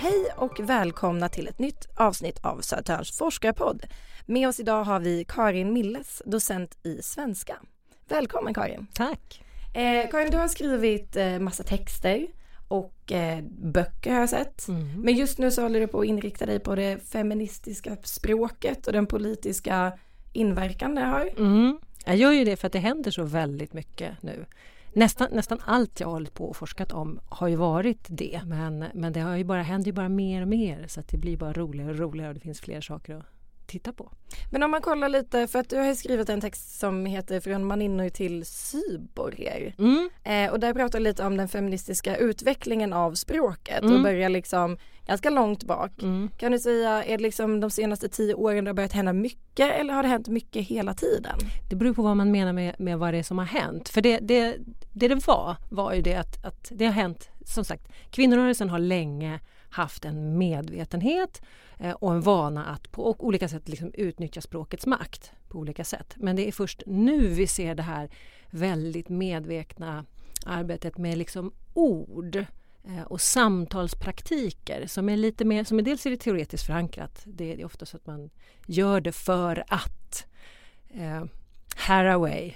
Hej och välkomna till ett nytt avsnitt av Södertörns forskarpodd. Med oss idag har vi Karin Milles, docent i svenska. Välkommen Karin. Tack. Karin, du har skrivit massa texter och böcker har jag sett. Men just nu så håller du på att inrikta dig på det feministiska språket och den politiska inverkan det har. Jag gör ju det för att det händer så väldigt mycket nu. Nästan allt jag har hållit på och forskat om har ju varit det. Men det har ju händer ju bara mer och mer, så att det blir bara roligare och roligare och det finns fler saker att titta på. Men om man kollar lite, för att du har skrivit en text som heter Från maninnor till cyborger. Och där pratar du lite om den feministiska utvecklingen av språket och börjar liksom ganska långt bak. Kan du säga, är det liksom de senaste 10 åren det har börjat hända mycket eller har det hänt mycket hela tiden? Det beror på vad man menar med vad det är som har hänt. För det var ju det att det har hänt, som sagt, kvinnorörelsen har länge haft en medvetenhet och en vana att på olika sätt liksom utnyttja språkets makt på olika sätt. Men det är först nu vi ser det här väldigt medvetna arbetet med liksom ord och samtalspraktiker som är lite mer, som är dels är det teoretiskt förankrat. Det är ofta så att man gör det för att Haraway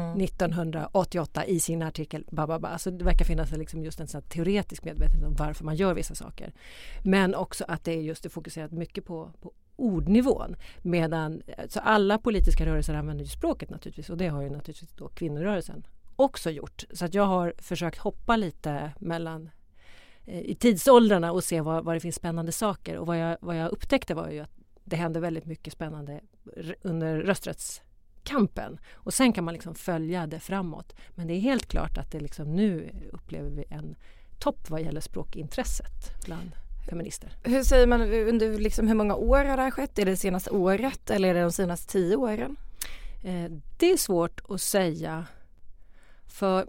1988 i sin artikel så det verkar finnas liksom just en sån teoretisk medvetenhet om varför man gör vissa saker. Men också att det är just det fokuserat mycket på ordnivån. Medan så alla politiska rörelser använder ju språket naturligtvis, och det har ju naturligtvis då kvinnorörelsen också gjort. Så att jag har försökt hoppa lite mellan i tidsåldrarna och se var det finns spännande saker. Och vad jag upptäckte var ju att det hände väldigt mycket spännande under rösträttskampen. Och sen kan man liksom följa det framåt. Men det är helt klart att det liksom nu upplever vi en topp vad gäller språkintresset bland feminister. Hur säger man under liksom hur många år har det här skett? Är det senaste året eller är det de senaste 10 åren? Det är svårt att säga. För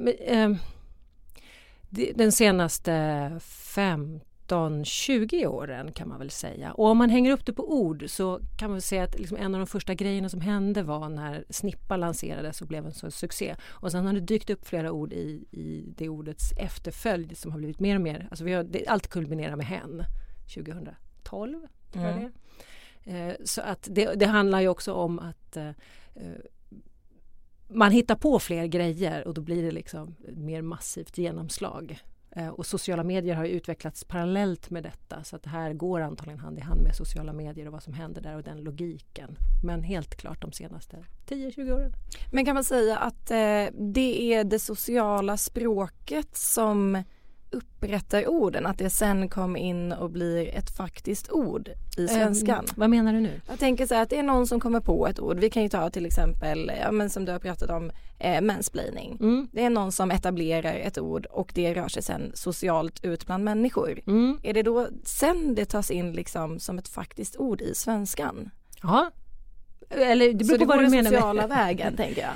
den senaste 15-20 åren kan man väl säga. Och om man hänger upp det på ord så kan man väl säga att liksom en av de första grejerna som hände var när snippa lanserades och blev en sån succé. Och sen har det dykt upp flera ord i det ordets efterföljd som har blivit mer och mer. Alltså allt kulminerar med hen 2012 tror jag det. Så att det handlar ju också om att man hittar på fler grejer och då blir det liksom mer massivt genomslag. Och sociala medier har ju utvecklats parallellt med detta, så att det här går antagligen hand i hand med sociala medier och vad som händer där och den logiken. Men helt klart de senaste 10-20 åren. Men kan man säga att det är det sociala språket som upprättar orden, att det sen kom in och blir ett faktiskt ord i svenskan? Vad menar du nu? Jag tänker så här att det är någon som kommer på ett ord. Vi kan ju ta till exempel, som du har pratat om, mansplaining. Det är någon som etablerar ett ord och det rör sig sen socialt ut bland människor. Är det då sen det tas in liksom som ett faktiskt ord i svenskan? Ja. Eller det beror på vad du menar med sociala vägen, tänker jag.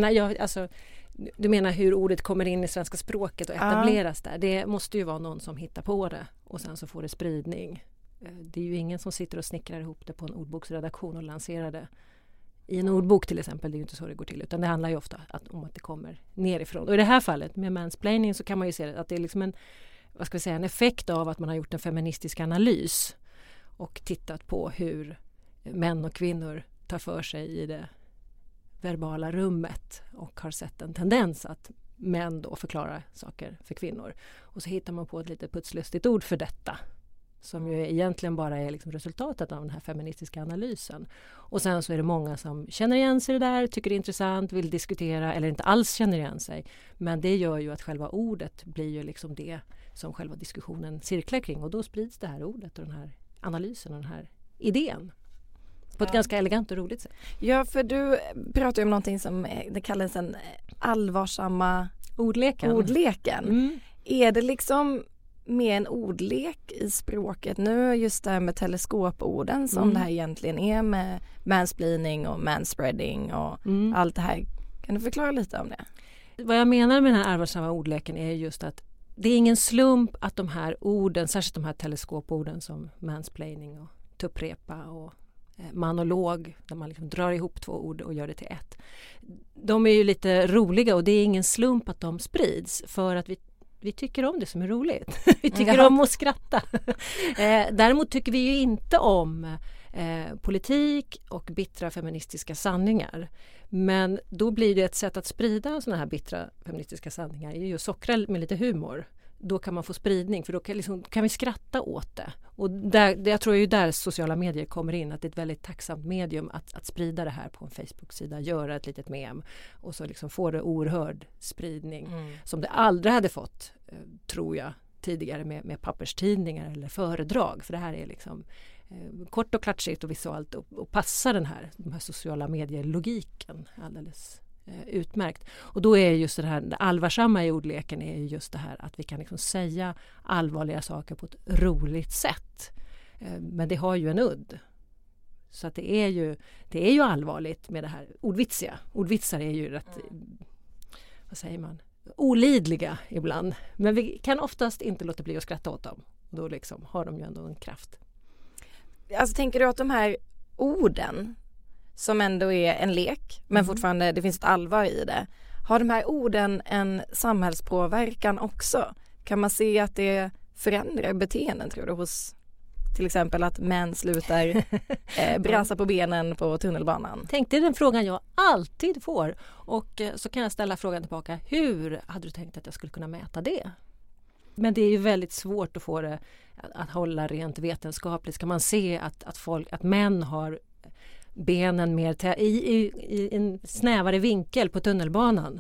Du menar hur ordet kommer in i svenska språket och etableras där. Det måste ju vara någon som hittar på det och sen så får det spridning. Det är ju ingen som sitter och snickrar ihop det på en ordboksredaktion och lanserar det i en ordbok till exempel. Det är ju inte så det går till, utan det handlar ju ofta om att det kommer nerifrån. Och i det här fallet med mansplaining så kan man ju se att det är liksom en effekt av att man har gjort en feministisk analys och tittat på hur män och kvinnor tar för sig i det verbala rummet och har sett en tendens att män då förklarar saker för kvinnor. Och så hittar man på ett lite putslustigt ord för detta som ju egentligen bara är liksom resultatet av den här feministiska analysen. Och sen så är det många som känner igen sig i det där, tycker det är intressant, vill diskutera eller inte alls känner igen sig. Men det gör ju att själva ordet blir ju liksom det som själva diskussionen cirklar kring och då sprids det här ordet och den här analysen och den här idén. På ett ganska elegant och roligt sätt. Ja, för du pratar ju om någonting som det kallas den allvarsamma ordleken. Är det liksom med en ordlek i språket nu, just det här med teleskoporden som det här egentligen är med mansplaining och manspreading och allt det här. Kan du förklara lite om det? Vad jag menar med den här allvarsamma ordleken är just att det är ingen slump att de här orden, särskilt de här teleskoporden som mansplaining och tupprepa och monolog, där man liksom drar ihop 2 ord och gör det till ett. De är ju lite roliga och det är ingen slump att de sprids för att vi tycker om det som är roligt. Vi tycker om att skratta. Däremot tycker vi ju inte om politik och bittra feministiska sanningar. Men då blir det ett sätt att sprida såna här bittra feministiska sanningar är ju att sockra med lite humor. Då kan man få spridning, för då kan vi skratta åt det. Och jag tror ju där sociala medier kommer in, att det är ett väldigt tacksamt medium att sprida det här på en Facebook-sida, göra ett litet mem och så liksom få det oerhörd spridning som det aldrig hade fått, tror jag, tidigare med papperstidningar eller föredrag. För det här är liksom kort och klatschigt och visuellt och passar de här sociala medier-logiken alldeles utmärkt. Och då är just det allvarsamma i ordleken är just det här att vi kan liksom säga allvarliga saker på ett roligt sätt. Men det har ju en udd. Så att det är ju allvarligt med det här ordvitsiga. Ordvitsar är ju rätt, vad säger man, olidliga ibland. Men vi kan oftast inte låta bli att skratta åt dem. Då liksom har de ju ändå en kraft. Alltså tänker du att de här orden som ändå är en lek, men fortfarande det finns ett allvar i det. Har de här orden en samhällspåverkan också? Kan man se att det förändrar beteenden, tror du, hos till exempel att män slutar brasa på benen på tunnelbanan? Tänk dig den frågan jag alltid får. Och så kan jag ställa frågan tillbaka. Hur hade du tänkt att jag skulle kunna mäta det? Men det är ju väldigt svårt att få det att hålla rent vetenskapligt. Ska man se att män har benen mer i en snävare vinkel på tunnelbanan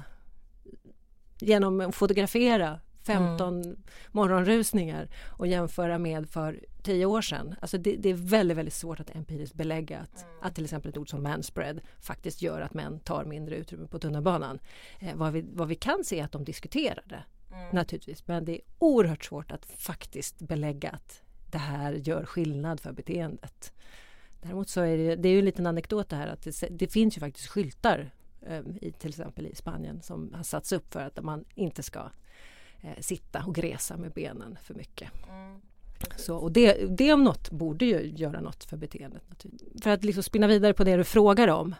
genom att fotografera 15 morgonrusningar och jämföra med för 10 år sedan. Alltså det är väldigt, väldigt svårt att empiriskt belägga att till exempel ett ord som manspread faktiskt gör att män tar mindre utrymme på tunnelbanan. Vad vi kan se är att de diskuterar det, naturligtvis. Men det är oerhört svårt att faktiskt belägga att det här gör skillnad för beteendet. Däremot så är det är ju en liten anekdot det här att det finns ju faktiskt skyltar till exempel i Spanien som har satts upp för att man inte ska sitta och gresa med benen för mycket. Så, och det om något borde ju göra något för beteendet. För att liksom spinna vidare på det du frågar om,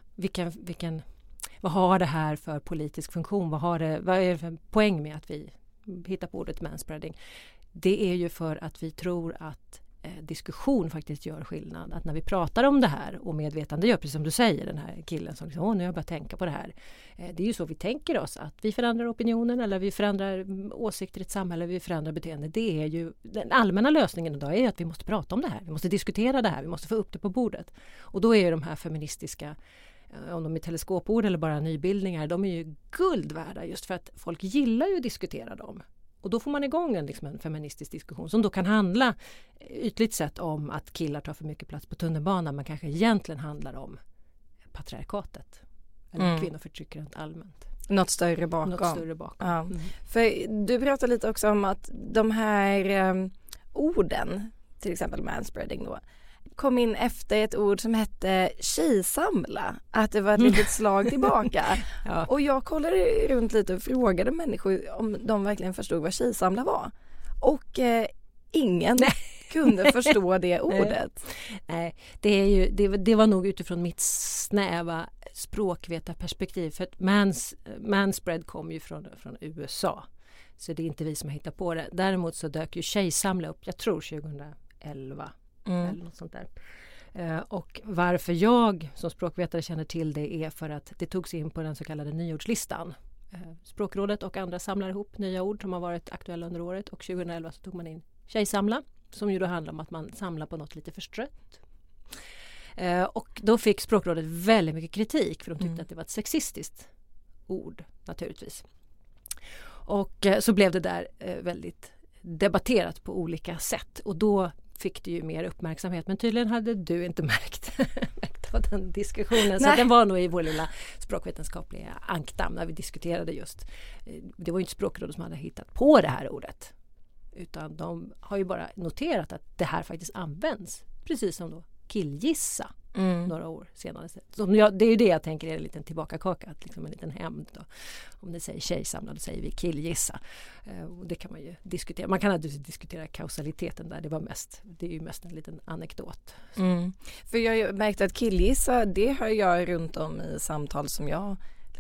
vad har det här för politisk funktion? Vad är det för poäng med att vi hittar på ordet manspreading? Det är ju för att vi tror att diskussion faktiskt gör skillnad. Att när vi pratar om det här och medvetande gör, precis som du säger, den här killen som liksom, nu har jag börjat tänka på det här. Det är ju så vi tänker oss, att vi förändrar opinionen eller vi förändrar åsikter i ett samhälle, vi förändrar beteende. Det är ju den allmänna lösningen idag är att vi måste prata om det här. Vi måste diskutera det här, vi måste få upp det på bordet. Och då är ju de här feministiska, om de är teleskopord eller bara nybildningar, de är ju guld värda just för att folk gillar ju att diskutera dem. Och då får man igång en feministisk diskussion som då kan handla ytligt sett om att killar tar för mycket plats på tunnelbanan, men kanske egentligen handlar om patriarkatet. Eller kvinnoförtryck rent allmänt. Något större bakom. Ja. För du pratar lite också om att de här orden, till exempel manspreading då, kom in efter ett ord som hette tjejsamla. Att det var ett litet slag tillbaka. Ja. Och jag kollade runt lite och frågade människor om de verkligen förstod vad tjejsamla var. Och ingen kunde förstå det ordet. Nej, det var nog utifrån mitt snäva språkvetarperspektiv. För att manspread kom ju från USA. Så det är inte vi som har hittat på det. Däremot så dök ju tjejsamla upp, jag tror 2011. Eller något sånt där. Och varför jag som språkvetare känner till det är för att det togs in på den så kallade nyordslistan. Språkrådet och andra samlar ihop nya ord som har varit aktuella under året, och 2011 så tog man in tjejsamla, som ju då handlar om att man samlar på något lite förstrött. Och då fick språkrådet väldigt mycket kritik, för de tyckte att det var ett sexistiskt ord naturligtvis. Och så blev det där väldigt debatterat på olika sätt, och då fick det ju mer uppmärksamhet, men tydligen hade du inte märkt av den diskussionen. Så den var nog i vår lilla språkvetenskapliga ankdamm när vi diskuterade just. Det var ju inte språkrådet som hade hittat på det här ordet, utan de har ju bara noterat att det här faktiskt används, precis som då killgissa några år senare. Så det är ju det jag tänker är en liten tillbakakaka, att liksom en liten hämnd då. Om ni säger tjejsamla, då säger vi killgissa. Och det kan man ju diskutera. Man kan naturligtvis diskutera kausaliteten där. Det är ju mest en liten anekdot. För jag märkte att killgissa, det hör jag runt om i samtal som jag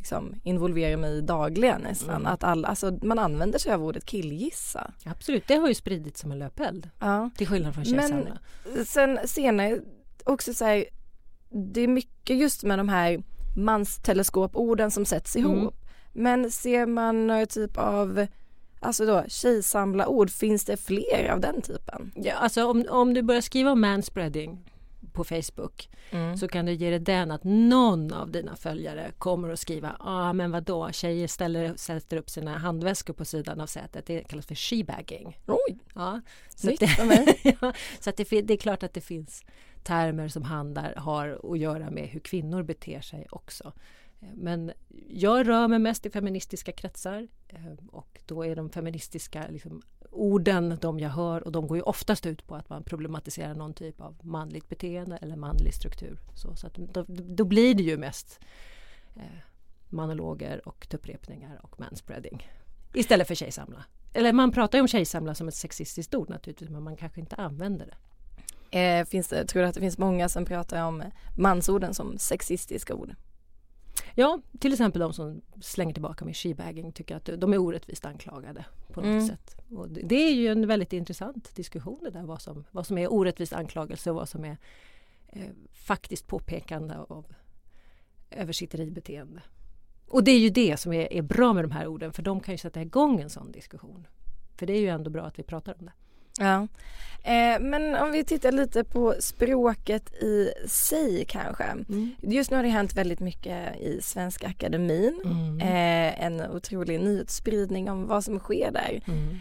liksom involverar mig i dagligen nästan. Att man använder sig av ordet killgissa. Absolut, det har ju spridits som en löpeld. Ja. Till skillnad från tjejsamla. Men sen senare också så här, det är mycket just med de här mansteleskoporden som sätts ihop. Men ser man några typ av tjejsamla-ord, finns det fler av den typen? Ja, alltså om du börjar skriva om manspreading på Facebook så kan du ge dig den att någon av dina följare kommer att skriva men vadå, tjejer sätter upp sina handväskor på sidan av sätet. Det kallas för shebagging. Oj! Ja, så att det är klart att det finns termer som har att göra med hur kvinnor beter sig också. Men jag rör mig mest i feministiska kretsar och då är de feministiska liksom, orden de jag hör, och de går ju oftast ut på att man problematiserar någon typ av manligt beteende eller manlig struktur. Så att då blir det ju mest monologer och upprepningar och manspreading istället för tjejsamla. Eller man pratar ju om tjejsamla som ett sexistiskt ord naturligtvis, men man kanske inte använder det. Tror du att det finns många som pratar om mansorden som sexistiska ord? Ja, till exempel de som slänger tillbaka med shebagging tycker att de är orättvist anklagade på något sätt. Och det är ju en väldigt intressant diskussion det där, vad som är orättvist anklagelse och vad som är faktiskt påpekande av översitteribeteende. Och det är ju det som är bra med de här orden, för de kan ju sätta igång en sån diskussion. För det är ju ändå bra att vi pratar om det. Ja, men om vi tittar lite på språket i sig kanske. Just nu har det hänt väldigt mycket i Svenska Akademin. En otrolig nyhetsspridning om vad som sker där.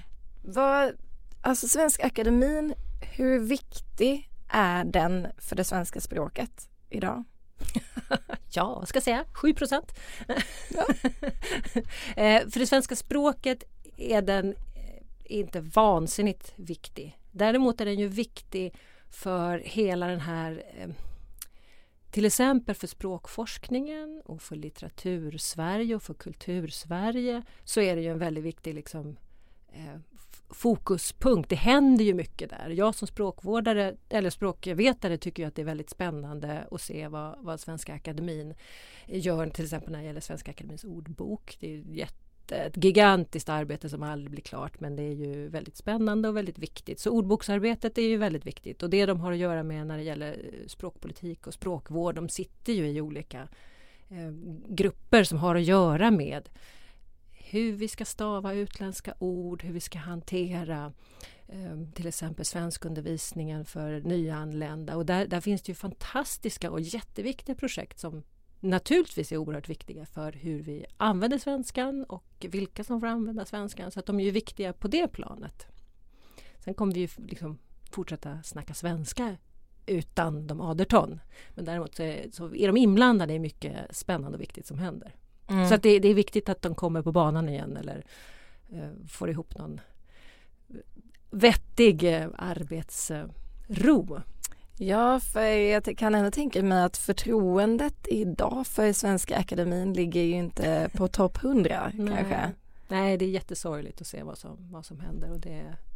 Svenska Akademin, hur viktig är den för det svenska språket idag? Ja, vad ska jag säga? 7%. Ja. För det svenska språket är den inte vansinnigt viktig. Däremot är den ju viktig för hela den här, till exempel för språkforskningen och för litteratur-Sverige och för kultur-Sverige, så är det ju en väldigt viktig liksom, fokuspunkt. Det händer ju mycket där. Jag som språkvårdare eller språkvetare tycker ju att det är väldigt spännande att se vad Svenska Akademin gör, till exempel när det gäller Svenska Akademins ordbok. Det är ett gigantiskt arbete som aldrig blir klart, men det är ju väldigt spännande och väldigt viktigt. Så ordboksarbetet är ju väldigt viktigt, och det de har att göra med när det gäller språkpolitik och språkvård, de sitter ju i olika grupper som har att göra med hur vi ska stava utländska ord, hur vi ska hantera till exempel svenskundervisningen för nyanlända. Och där finns det ju fantastiska och jätteviktiga projekt som naturligtvis är oerhört viktiga för hur vi använder svenskan och vilka som får använda svenskan. Så att de är ju viktiga på det planet. Sen kommer vi ju liksom fortsätta snacka svenska utan de aderton. Men däremot så är de inblandade i mycket spännande och viktigt som händer. Så att det är viktigt att de kommer på banan igen eller får ihop någon vettig arbetsro. Ja, för jag kan ändå tänka mig att förtroendet idag för Svenska Akademin ligger ju inte på topp 100 kanske. Nej, det är jättesorgligt att se vad som händer. Och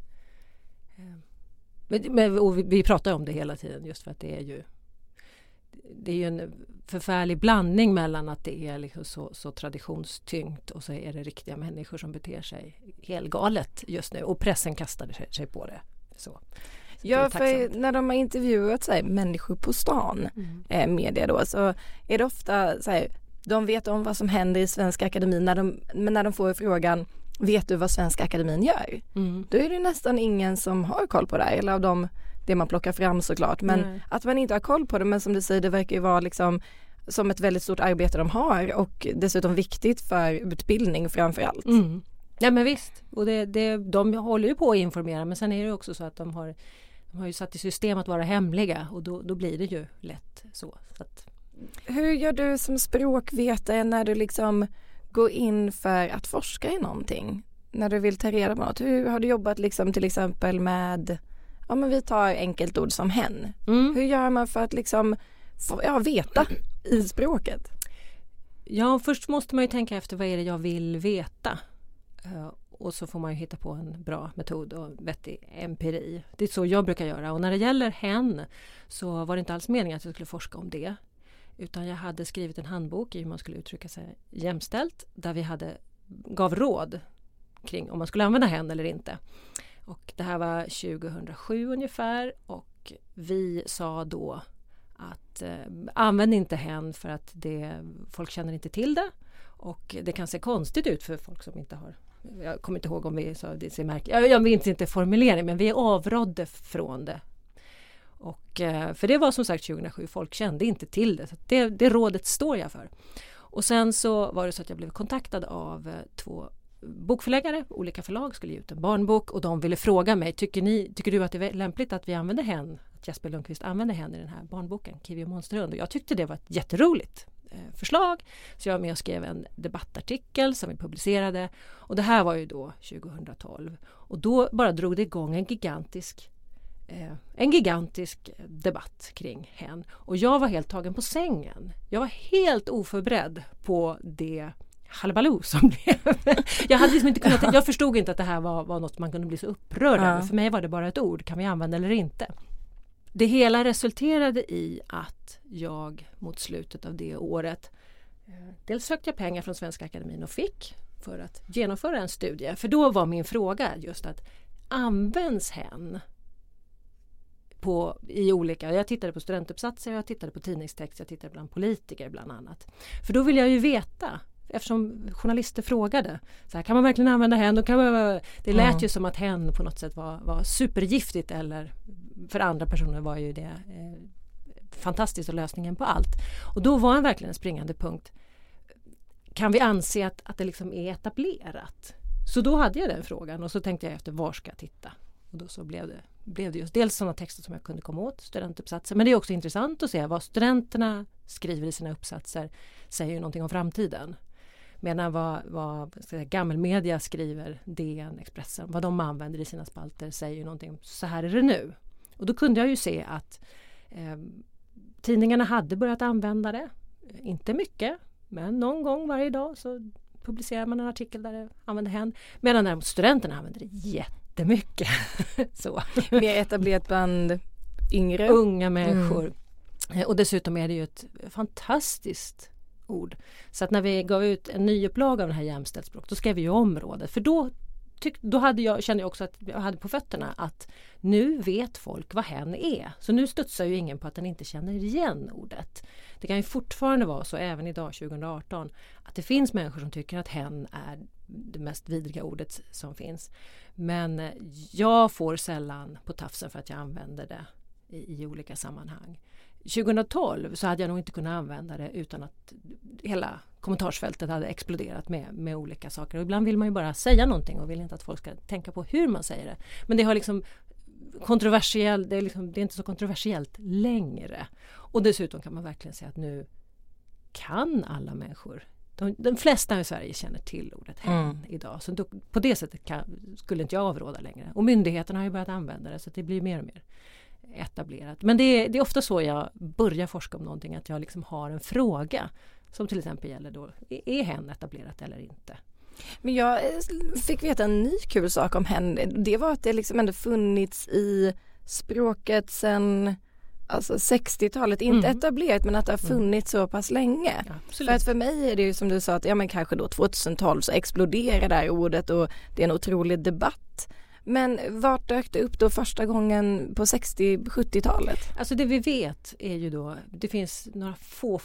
och vi pratar om det hela tiden just för att det är ju en förfärlig blandning mellan att det är liksom så traditionstyngt och så är det riktiga människor som beter sig helgalet just nu. Och pressen kastade sig på det. Så ja, för när de har intervjuat människor på stan, media då, så är det ofta så här, de vet om vad som händer i Svenska Akademin, men när de får frågan, vet du vad Svenska Akademin gör? Då är det nästan ingen som har koll på det här, eller av det man plockar fram såklart, men att man inte har koll på det, men som du säger, det verkar ju vara liksom som ett väldigt stort arbete de har, och dessutom viktigt för utbildning framför allt. Ja, men visst, och de håller ju på att informera, men sen är det också så att de har ju satt i system att vara hemliga, och då blir det ju lätt så att... Hur gör du som språkvetare när du liksom går in för att forska i någonting? När du vill ta reda på något? Hur har du jobbat liksom till exempel med, ja men vi tar enkelt ord som hen. Hur gör man för att liksom veta i språket? Ja, först måste man ju tänka efter, vad är det jag vill veta? Och så får man ju hitta på en bra metod och vettig empiri. Det är så jag brukar göra. Och när det gäller hen så var det inte alls meningen att jag skulle forska om det. Utan jag hade skrivit en handbok i hur man skulle uttrycka sig jämställt. Där vi gav råd kring om man skulle använda hen eller inte. Och det här var 2007 ungefär. Och vi sa då att använd inte hen för att folk känner inte till det. Och det kan se konstigt ut för folk som inte har... Jag kommer inte ihåg om vi sa det ser märkligt. Jag minns inte formulering, men vi avrådde från det. Och, för det var som sagt 2007, folk kände inte till det. Så det rådet står jag för. Och sen så var det så att jag blev kontaktad av 2 bokförläggare, olika förlag skulle ge ut en barnbok. Och de ville fråga mig, tycker du att det är lämpligt att vi använder hen? Att Jesper Lundqvist använder hen i den här barnboken, Kiwi och Monsterhund. Och jag tyckte det var ett jätteroligt förslag. Så jag var med och skrev en debattartikel som vi publicerade. Och det här var ju då 2012. Och då bara drog det igång en gigantisk debatt kring hen. Och jag var helt tagen på sängen. Jag var helt oförberedd på det halabaloo som blev. Jag hade liksom inte kunnat, jag förstod inte att det här var något man kunde bli så upprörd över. För mig var det bara ett ord. Kan vi använda eller inte? Det hela resulterade i att jag mot slutet av det året dels sökte jag pengar från Svenska Akademin och fick för att genomföra en studie. För då var min fråga just att används hen i olika... Jag tittade på studentuppsatser, jag tittade på tidningstext, jag tittade bland politiker bland annat. För då vill jag ju veta, eftersom journalister frågade, så här, kan man verkligen använda hen? Det lät ju som att hen på något sätt var supergiftigt, eller för andra personer var ju det fantastiskt och lösningen på allt. Och då var verkligen en springande punkt. Kan vi anse att det liksom är etablerat? Så då hade jag den frågan och så tänkte jag efter var ska jag titta? Och då så blev det just dels sådana texter som jag kunde komma åt, studentuppsatser. Men det är också intressant att se vad studenterna skriver i sina uppsatser säger ju någonting om framtiden. Medan vad gammelmedia skriver, DN, Expressen, vad de använder i sina spalter säger ju någonting om så här är det nu. Och då kunde jag ju se att tidningarna hade börjat använda det. Inte mycket, men någon gång varje dag så publicerar man en artikel där det använder hen. Medan däremot studenterna använder det jättemycket. Så. Mer etablerat bland yngre. Unga människor. Och dessutom är det ju ett fantastiskt ord. Så att när vi gav ut en ny upplaga av den här jämställdhetsspråk, då skrev vi ju området. För då kände jag också att jag hade på fötterna att nu vet folk vad hen är. Så nu studsar ju ingen på att den inte känner igen ordet. Det kan ju fortfarande vara så även idag 2018 att det finns människor som tycker att hen är det mest vidriga ordet som finns. Men jag får sällan på tafsen för att jag använder det i olika sammanhang. 2012 så hade jag nog inte kunnat använda det utan att hela kommentarsfältet hade exploderat med olika saker. Och ibland vill man ju bara säga någonting och vill inte att folk ska tänka på hur man säger det. Men det har liksom det är inte så kontroversiellt längre. Och dessutom kan man verkligen säga att nu kan alla människor, de flesta i Sverige känner till ordet hen idag. Så då, på det sättet skulle inte jag avråda längre. Och myndigheterna har ju börjat använda det så att det blir mer och mer etablerat. Men det är ofta så jag börjar forska om någonting, att jag liksom har en fråga som till exempel gäller då, är hen etablerat eller inte? Men jag fick veta en ny kul sak om hen. Det var att det liksom ändå funnits i språket sedan 60-talet, inte etablerat men att det har funnits så pass länge. För att för mig är det ju som du sa att men kanske då 2012 så exploderar det här ordet och det är en otrolig debatt. Men vart dök det upp då första gången på 60-70-talet? Alltså det vi vet är ju då, det finns några få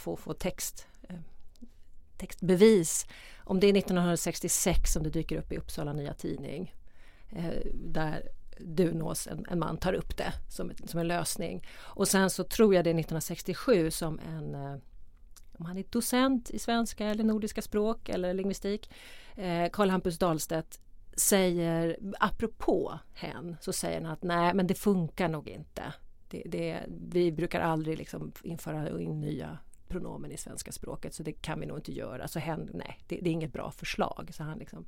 textbevis. Om det är 1966 som det dyker upp i Uppsala Nya Tidning. Där Dunås, en man, tar upp det som en lösning. Och sen så tror jag det är 1967 som om han är docent i svenska eller nordiska språk eller lingvistik, Karl Hampus Dahlstedt säger, apropå hen, så säger han att nej, men det funkar nog inte. Vi brukar aldrig liksom införa in nya pronomen i svenska språket, så det kan vi nog inte göra. Så hen, nej, det är inget bra förslag. Så han liksom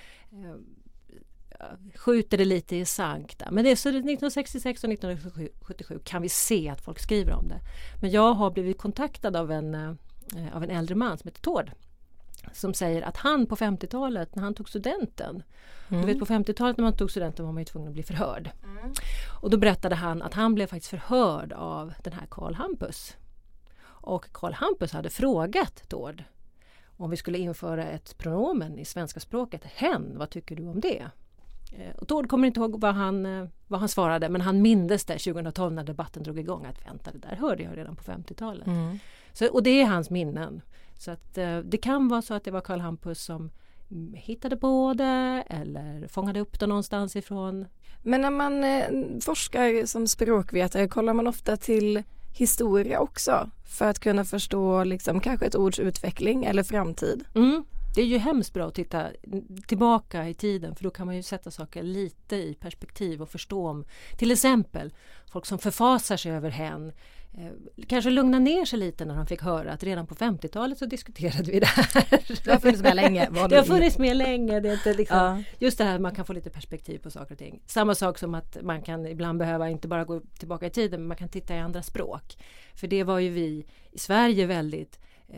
skjuter det lite i sank där. Men det är så 1966 och 1977 kan vi se att folk skriver om det. Men jag har blivit kontaktad av en äldre man som heter Tord, som säger att han på 50-talet när han tog studenten, du vet på 50-talet när man tog studenten var man ju tvungen att bli förhörd. Och då berättade han att han blev faktiskt förhörd av den här Karl Hampus. Och Karl Hampus hade frågat Tord om vi skulle införa ett pronomen i svenska språket. Hen, vad tycker du om det? Och Tord kommer inte ihåg vad han svarade, men han mindes det 2012 när debatten drog igång att vänta, det där hörde jag redan på 50-talet. Och det är hans minnen. Så att det kan vara så att det var Karl Hampus som hittade på det eller fångade upp det någonstans ifrån. Men när man forskar som språkvetare kollar man ofta till historia också för att kunna förstå liksom, kanske ett ords utveckling eller framtid. Det är ju hemskt bra att titta tillbaka i tiden, för då kan man ju sätta saker lite i perspektiv och förstå om till exempel folk som förfasar sig över hen kanske lugna ner sig lite när de fick höra att redan på 50-talet så diskuterade vi det här. Det har funnits med länge. Det har funnits med länge. Det är inte liksom, just det här man kan få lite perspektiv på saker och ting. Samma sak som att man kan ibland behöva inte bara gå tillbaka i tiden, men man kan titta i andra språk. För det var ju vi i Sverige väldigt...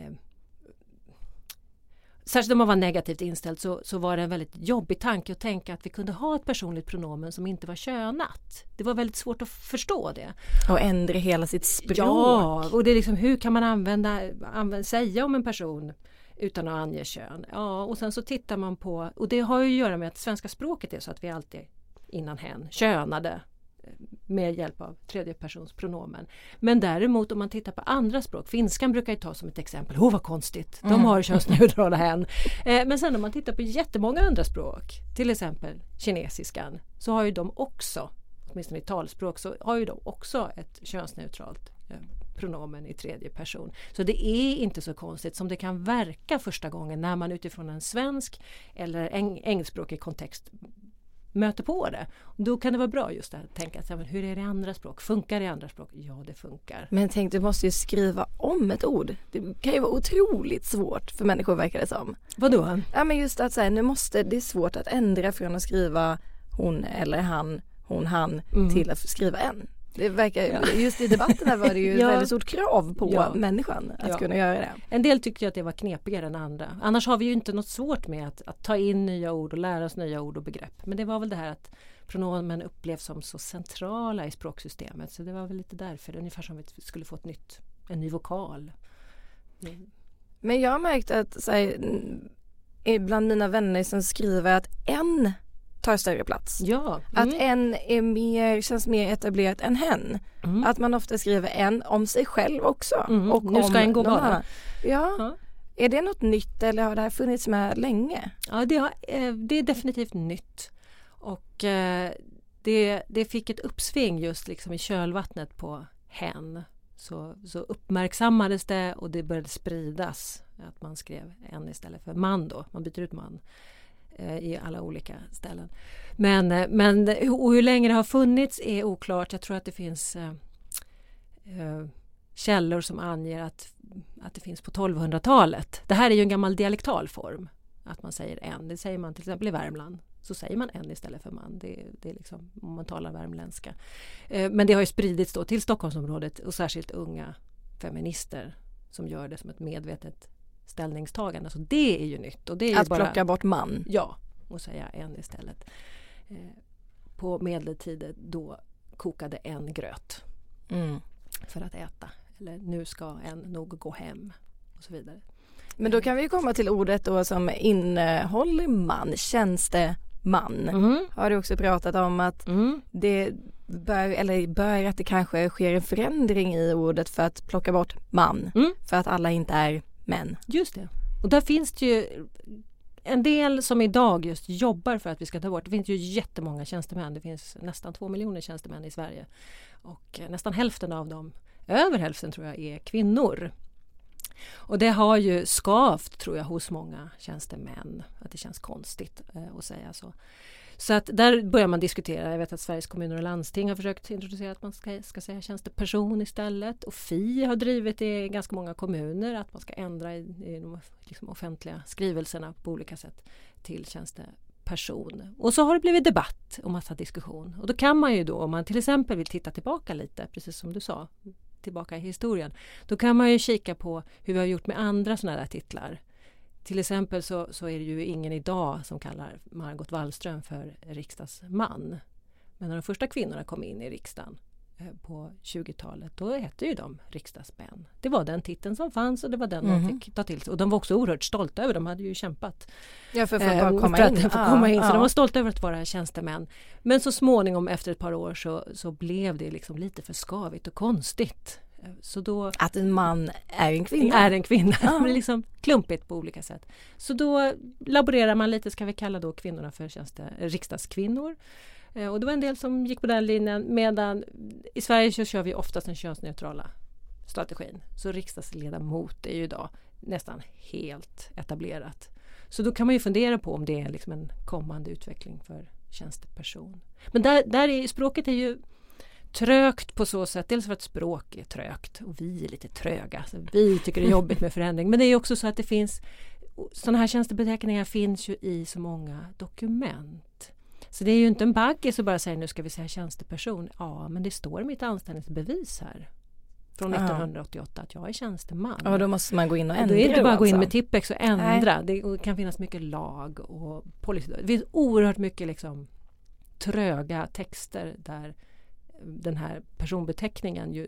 Särskilt om man var negativt inställd så var det en väldigt jobbig tanke att tänka att vi kunde ha ett personligt pronomen som inte var könat. Det var väldigt svårt att förstå det. Och ändra hela sitt språk. Ja, och det är liksom hur kan man säga om en person utan att ange kön. Ja, och sen så tittar man på, och det har ju att göra med att svenska språket är så att vi alltid innan hen könade med hjälp av tredjepersonspronomen. Men däremot om man tittar på andra språk, finskan brukar jag ta som ett exempel. Vad konstigt, de har könsneutrala hen. Men sen om man tittar på jättemånga andra språk, till exempel kinesiskan, så har ju de också, åtminstone i talspråk, så har ju de också ett könsneutralt pronomen i tredje person. Så det är inte så konstigt som det kan verka första gången när man utifrån en svensk eller engelskspråkig kontext möter på det. Då kan det vara bra just att tänka att hur är det i andra språk? Funkar det i andra språk? Ja, det funkar. Men tänk, du måste ju skriva om ett ord. Det kan ju vara otroligt svårt för människor, verkar det som. Vadå? Ja, men just att säga, det är svårt att ändra från att skriva hon eller han, hon, han till att skriva en. Det verkar, just i debatterna var det ju ett väldigt stort krav på människan att kunna göra det. En del tyckte att det var knepigare än andra. Annars har vi ju inte något svårt med att ta in nya ord och lära oss nya ord och begrepp. Men det var väl det här att pronomen upplevs som så centrala i språksystemet. Så det var väl lite därför. Ungefär som vi skulle få en ny vokal. Men jag har märkt att bland mina vänner som skriver att en tar större plats. Ja. Att en känns mer etablerat än hen. Att man ofta skriver en om sig själv också. Och nu ska en gå bara. Ja. Är det något nytt eller har det här funnits med länge? Ja, det är definitivt nytt. Och det fick ett uppsving just liksom i kölvattnet på hen. Så uppmärksammades det och det började spridas att man skrev en istället för man då. Man byter ut man i alla olika ställen. Men hur länge det har funnits är oklart. Jag tror att det finns källor som anger att det finns på 1200-talet. Det här är ju en gammal dialektal form. Att man säger en. Det säger man till exempel i Värmland. Så säger man en istället för man. Det är liksom om man talar värmländska. Men det har ju spridits då till Stockholmsområdet och särskilt unga feminister som gör det som ett medvetet ställningstagande. Så det är ju nytt. Och det är att ju plocka bort man. Ja, och säga en istället. På medeltiden då kokade en gröt för att äta. Eller nu ska en nog gå hem och så vidare. Men då kan vi komma till ordet då som innehåller man, tjänsteman. Har du också pratat om att det bör att det kanske sker en förändring i ordet för att plocka bort man. För att alla inte är män. Just det. Och där finns det ju en del som idag just jobbar för att vi ska ta bort. Det finns ju jättemånga tjänstemän. Det finns nästan 2 miljoner tjänstemän i Sverige. Och nästan hälften av dem, över hälften tror jag, är kvinnor. Och det har ju skavt, tror jag, hos många tjänstemän. Att det känns konstigt att säga så. Så att där börjar man diskutera. Jag vet att Sveriges kommuner och landsting har försökt introducera att man ska säga tjänsteperson istället. Och FI har drivit i ganska många kommuner att man ska ändra i de liksom offentliga skrivelserna på olika sätt till tjänsteperson. Och så har det blivit debatt och massa diskussion. Och då kan man ju då, om man till exempel vill titta tillbaka lite, precis som du sa, tillbaka i historien, då kan man ju kika på hur vi har gjort med andra sådana där titlar. Till exempel så är det ju ingen idag som kallar Margot Wallström för riksdagsman. Men när de första kvinnorna kom in i riksdagen på 20-talet, då hette ju de riksdagsmän. Det var den titeln som fanns och det var den de fick ta till sig. Och de var också oerhört stolta över, de hade ju kämpat för att få komma in. Så de var stolta över att vara tjänstemän. Men så småningom efter ett par år så blev det liksom lite för skavigt och konstigt. Så då, att en man är en kvinna. Är en kvinna. Det blir liksom klumpigt på olika sätt. Så då laborerar man lite, ska vi kalla då kvinnorna för riksdagskvinnor. Och det var en del som gick på den linjen, medan i Sverige så kör vi oftast den könsneutrala strategin. Så riksdagsledamot är ju idag nästan helt etablerat. Så då kan man ju fundera på om det är liksom en kommande utveckling för tjänsteperson. Men där är språket är ju trögt på så sätt, dels för att språk är trögt och vi är lite tröga. Så vi tycker det är jobbigt med förändring. Men det är också så att det finns, sådana här tjänstebeteckningar finns ju i så många dokument. Så det är ju inte en bagge så bara säger nu ska vi säga tjänsteperson. Ja, men det står i mitt anställningsbevis här från 1988 att jag är tjänsteman. Ja, då måste man gå in och ändra. Det är inte bara att gå in med Tippex och ändra. Nej. Det kan finnas mycket lag och policy. Det finns oerhört mycket liksom tröga texter där den här personbeteckningen ju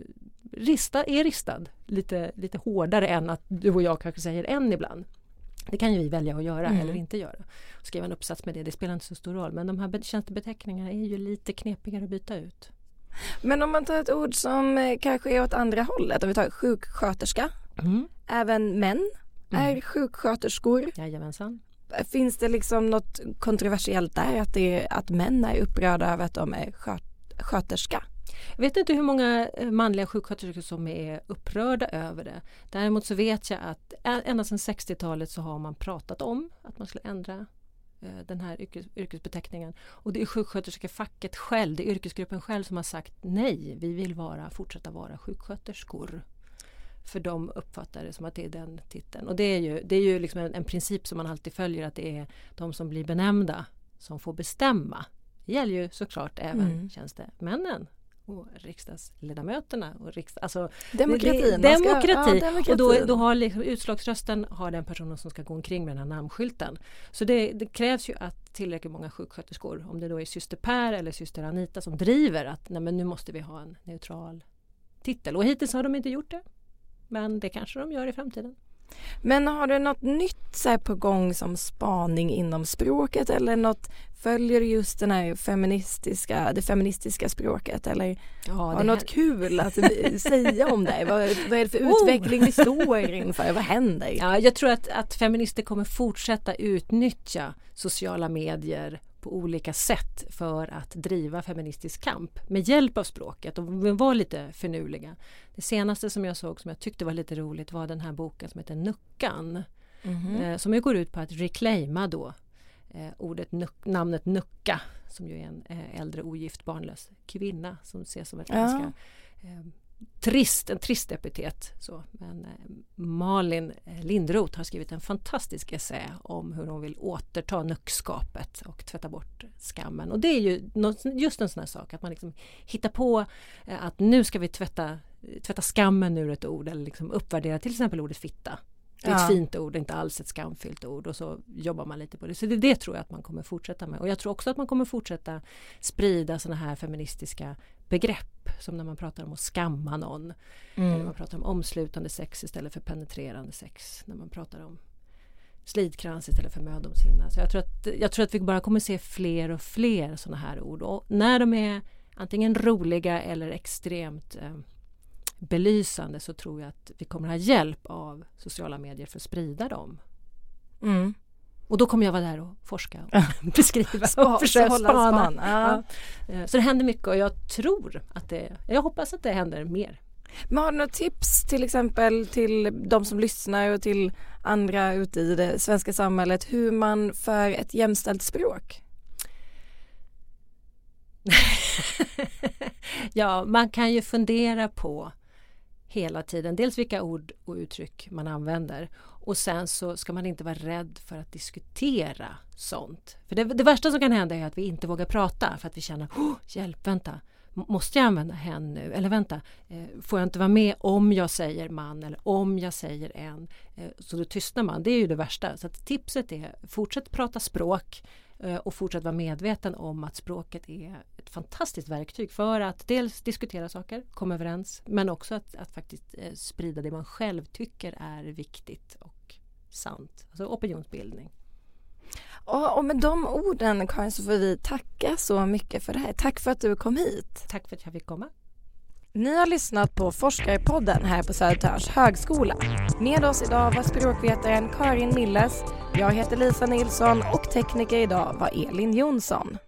är ristad lite hårdare än att du och jag kanske säger en ibland. Det kan ju vi välja att göra eller inte göra. Skriva en uppsats med det spelar inte så stor roll. Men de här tjänstebeteckningarna är ju lite knepigare att byta ut. Men om man tar ett ord som kanske är åt andra hållet. Om vi tar sjuksköterska. Även män är sjuksköterskor. Jajamensan. Finns det liksom något kontroversiellt där? Att män är upprörda över att de är sköterska? Jag vet inte hur många manliga sjuksköterskor som är upprörda över det. Däremot så vet jag att ända sedan 60-talet så har man pratat om att man skulle ändra den här yrkesbeteckningen. Och det är sjuksköterskefacket själv, det är yrkesgruppen själv som har sagt nej, vi vill fortsätta vara sjuksköterskor. För de uppfattar det som att det är den titeln. Och det är ju liksom en princip som man alltid följer, att det är de som blir benämnda som får bestämma. Det gäller ju såklart även tjänstemännen och riksdagsledamöterna och demokrati. Demokrati. Och då har liksom utslagsrösten har den personen som ska gå omkring med den här namnskylten. Så det krävs ju att tillräckligt många sjuksköterskor, om det då är syster Per eller syster Anita som driver att nej, men nu måste vi ha en neutral titel. Och hittills har de inte gjort det. Men det kanske de gör i framtiden. Men har du något nytt så här på gång som spaning inom språket eller något, följer just den här det feministiska språket eller har något kul att säga om det? Vad är det för utveckling vi står inför? Vad händer? Ja, jag tror att feminister kommer fortsätta utnyttja sociala medier på olika sätt för att driva feministisk kamp med hjälp av språket och vara lite förnuliga. Det senaste som jag såg som jag tyckte var lite roligt var den här boken som heter Nuckan. Som ju går ut på att reclaima då namnet Nucka, som ju är en äldre ogift barnlös kvinna som ses som ett ganska trist epitet. Så. Men Malin Lindroth har skrivit en fantastisk essä om hur hon vill återta nuckskapet och tvätta bort skammen. Och det är ju just en sån här sak att man liksom hittar på att nu ska vi tvätta skammen ur ett ord eller liksom uppvärdera till exempel ordet fitta. Det är ett fint ord, inte alls ett skamfyllt ord och så jobbar man lite på det. Så det tror jag att man kommer fortsätta med. Och jag tror också att man kommer fortsätta sprida såna här feministiska begrepp som när man pratar om att skamma någon. Eller man pratar om omslutande sex istället för penetrerande sex. När man pratar om slidkrans istället för mödomshinna. Så jag tror att vi bara kommer se fler och fler såna här ord. Och när de är antingen roliga eller extremt belysande så tror jag att vi kommer ha hjälp av sociala medier för att sprida dem. Och då kommer jag vara där och forska och beskriva och försöka spana. Så det händer mycket och jag hoppas att det händer mer. Men har du några tips till exempel till de som lyssnar och till andra ute i det svenska samhället hur man för ett jämställt språk? Ja, man kan ju fundera på hela tiden. Dels vilka ord och uttryck man använder. Och sen så ska man inte vara rädd för att diskutera sånt. För det värsta som kan hända är att vi inte vågar prata. För att vi känner, hjälp, vänta. Måste jag använda hen nu? Eller vänta, får jag inte vara med om jag säger man eller om jag säger en? Så då tystnar man. Det är ju det värsta. Så att tipset är, fortsätt prata språk. Och fortsätta vara medveten om att språket är ett fantastiskt verktyg för att dels diskutera saker, komma överens, men också att faktiskt sprida det man själv tycker är viktigt och sant. Alltså opinionsbildning. Och med de orden, Karin, så får vi tacka så mycket för det här. Tack för att du kom hit. Tack för att jag fick komma. Ni har lyssnat på Forskarpodden här på Södertörns högskola. Med oss idag var språkvetaren Karin Milles. Jag heter Lisa Nilsson och tekniker idag var Elin Jonsson.